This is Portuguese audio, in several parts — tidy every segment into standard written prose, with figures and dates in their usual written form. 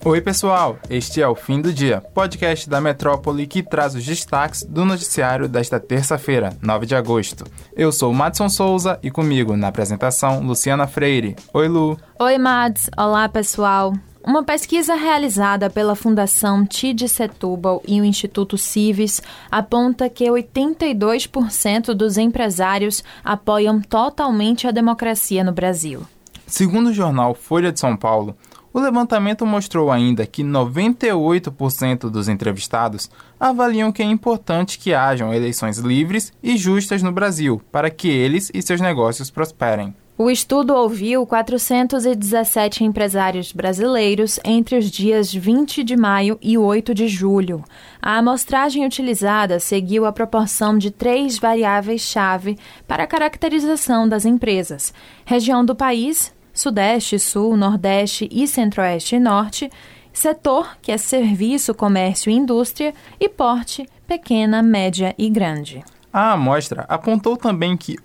Oi pessoal, este é o Fim do Dia, podcast da Metrópole que traz os destaques do noticiário desta terça-feira, 9 de agosto. Eu sou o Madson Souza e comigo na apresentação, Luciana Freire. Oi Lu. Oi Mads, olá pessoal. Uma pesquisa realizada pela Fundação TID Setúbal e o Instituto Cives aponta que 82% dos empresários apoiam totalmente a democracia no Brasil. Segundo o jornal Folha de São Paulo, o levantamento mostrou ainda que 98% dos entrevistados avaliam que é importante que hajam eleições livres e justas no Brasil para que eles e seus negócios prosperem. O estudo ouviu 417 empresários brasileiros entre os dias 20 de maio e 8 de julho. A amostragem utilizada seguiu a proporção de 3 variáveis-chave para a caracterização das empresas: região do país, Sudeste, Sul, Nordeste e Centro-Oeste e Norte, setor, que é serviço, comércio e indústria, e porte, pequena, média e grande. A amostra apontou também que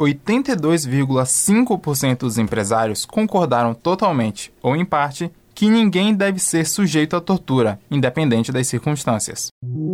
82,5% dos empresários concordaram totalmente, ou em parte, que ninguém deve ser sujeito à tortura, independente das circunstâncias.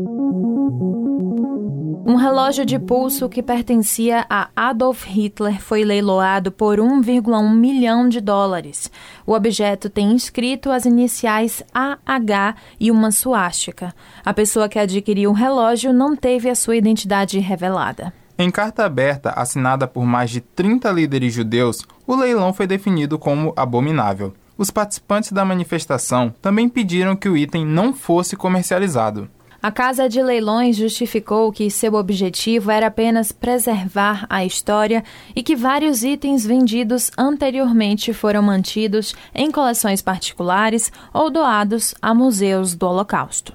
Um relógio de pulso que pertencia a Adolf Hitler foi leiloado por $1,1 milhão. O objeto tem inscrito as iniciais AH e uma suástica. A pessoa que adquiriu o relógio não teve a sua identidade revelada. Em carta aberta assinada por mais de 30 líderes judeus, o leilão foi definido como abominável. Os participantes da manifestação também pediram que o item não fosse comercializado. A Casa de Leilões justificou que seu objetivo era apenas preservar a história e que vários itens vendidos anteriormente foram mantidos em coleções particulares ou doados a museus do Holocausto.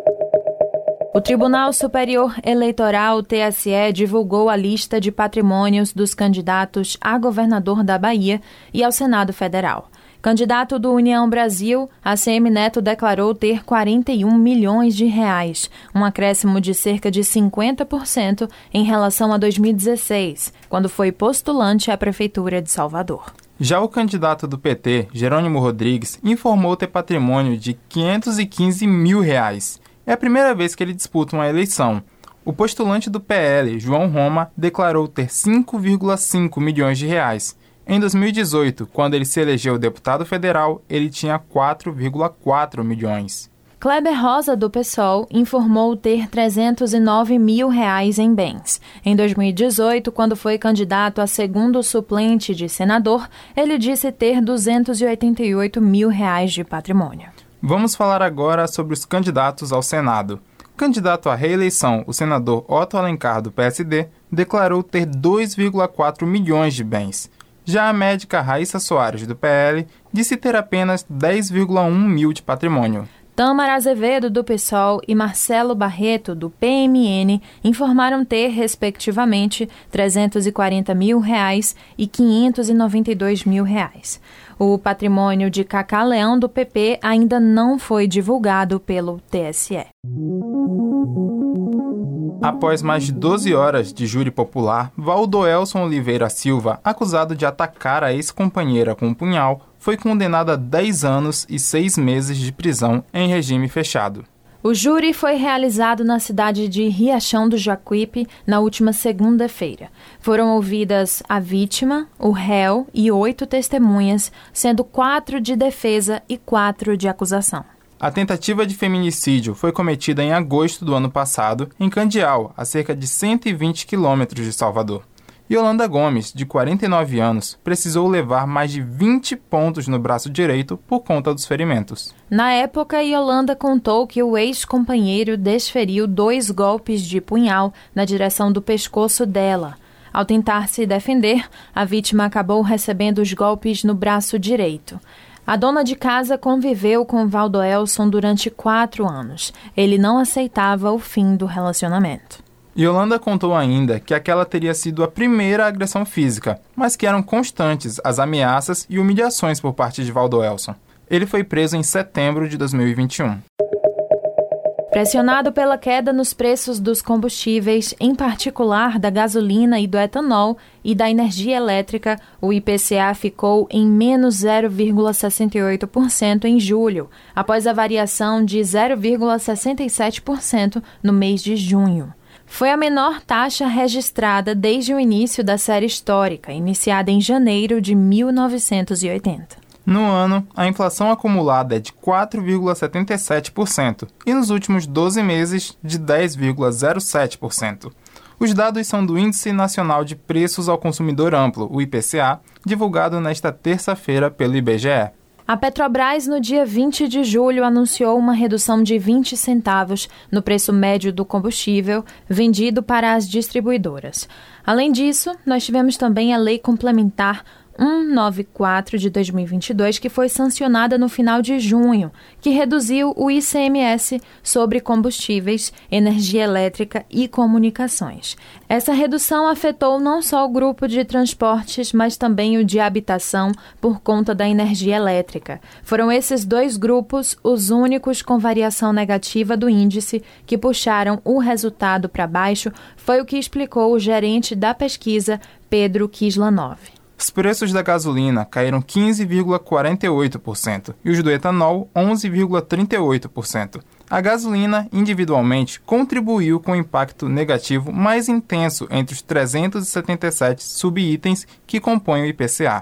O Tribunal Superior Eleitoral, TSE, divulgou a lista de patrimônios dos candidatos a governador da Bahia e ao Senado Federal. Candidato do União Brasil, ACM Neto declarou ter R$41 milhões, um acréscimo de cerca de 50% em relação a 2016, quando foi postulante à Prefeitura de Salvador. Já o candidato do PT, Jerônimo Rodrigues, informou ter patrimônio de R$515 mil. É a primeira vez que ele disputa uma eleição. O postulante do PL, João Roma, declarou ter R$5,5 milhões. Em 2018, quando ele se elegeu deputado federal, ele tinha R$4,4 milhões. Kleber Rosa, do PSOL, informou ter R$309 mil em bens. Em 2018, quando foi candidato a segundo suplente de senador, ele disse ter R$288 mil de patrimônio. Vamos falar agora sobre os candidatos ao Senado. Candidato à reeleição, o senador Otto Alencar, do PSD, declarou ter R$2,4 milhões de bens. Já a médica Raíssa Soares, do PL, disse ter apenas R$10,1 mil de patrimônio. Tâmara Azevedo, do PSOL, e Marcelo Barreto, do PMN, informaram ter, respectivamente, R$340 mil e R$592 mil. O patrimônio de Cacá Leão, do PP, ainda não foi divulgado pelo TSE. Após mais de 12 horas de júri popular, Valdoelson Oliveira Silva, acusado de atacar a ex-companheira com um punhal, foi condenado a 10 anos e 6 meses de prisão em regime fechado. O júri foi realizado na cidade de Riachão do Jacuípe na última segunda-feira. Foram ouvidas a vítima, o réu e 8 testemunhas, sendo 4 de defesa e 4 de acusação. A tentativa de feminicídio foi cometida em agosto do ano passado, em Candial, a cerca de 120 quilômetros de Salvador. Yolanda Gomes, de 49 anos, precisou levar mais de 20 pontos no braço direito por conta dos ferimentos. Na época, Yolanda contou que o ex-companheiro desferiu 2 golpes de punhal na direção do pescoço dela. Ao tentar se defender, a vítima acabou recebendo os golpes no braço direito. A dona de casa conviveu com Valdoelson durante 4 anos. Ele não aceitava o fim do relacionamento. Yolanda contou ainda que aquela teria sido a primeira agressão física, mas que eram constantes as ameaças e humilhações por parte de Valdoelson. Ele foi preso em setembro de 2021. Pressionado pela queda nos preços dos combustíveis, em particular da gasolina e do etanol e da energia elétrica, o IPCA ficou em menos 0,68% em julho, após a variação de 0,67% no mês de junho. Foi a menor taxa registrada desde o início da série histórica, iniciada em janeiro de 1980. No ano, a inflação acumulada é de 4,77% e nos últimos 12 meses de 10,07%. Os dados são do Índice Nacional de Preços ao Consumidor Amplo, o IPCA, divulgado nesta terça-feira pelo IBGE. A Petrobras, no dia 20 de julho, anunciou uma redução de 20 centavos no preço médio do combustível vendido para as distribuidoras. Além disso, nós tivemos também a Lei Complementar 194 de 2022, que foi sancionada no final de junho, que reduziu o ICMS sobre combustíveis, energia elétrica e comunicações. Essa redução afetou não só o grupo de transportes, mas também o de habitação por conta da energia elétrica. Foram esses dois grupos os únicos com variação negativa do índice que puxaram o resultado para baixo, foi o que explicou o gerente da pesquisa, Pedro Kislanov. Os preços da gasolina caíram 15,48% e os do etanol 11,38%. A gasolina, individualmente, contribuiu com o impacto negativo mais intenso entre os 377 subitens que compõem o IPCA.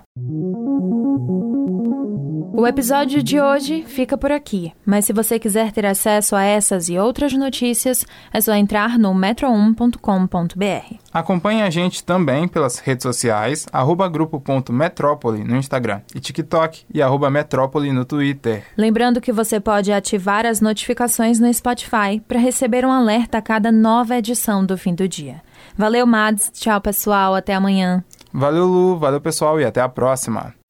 O episódio de hoje fica por aqui, mas se você quiser ter acesso a essas e outras notícias, é só entrar no metro1.com.br. Acompanhe a gente também pelas redes sociais, @grupo.metrópole no Instagram e TikTok e @metrópole no Twitter. Lembrando que você pode ativar as notificações no Spotify para receber um alerta a cada nova edição do Fim do Dia. Valeu, Mads. Tchau, pessoal. Até amanhã. Valeu, Lu. Valeu, pessoal. E até a próxima.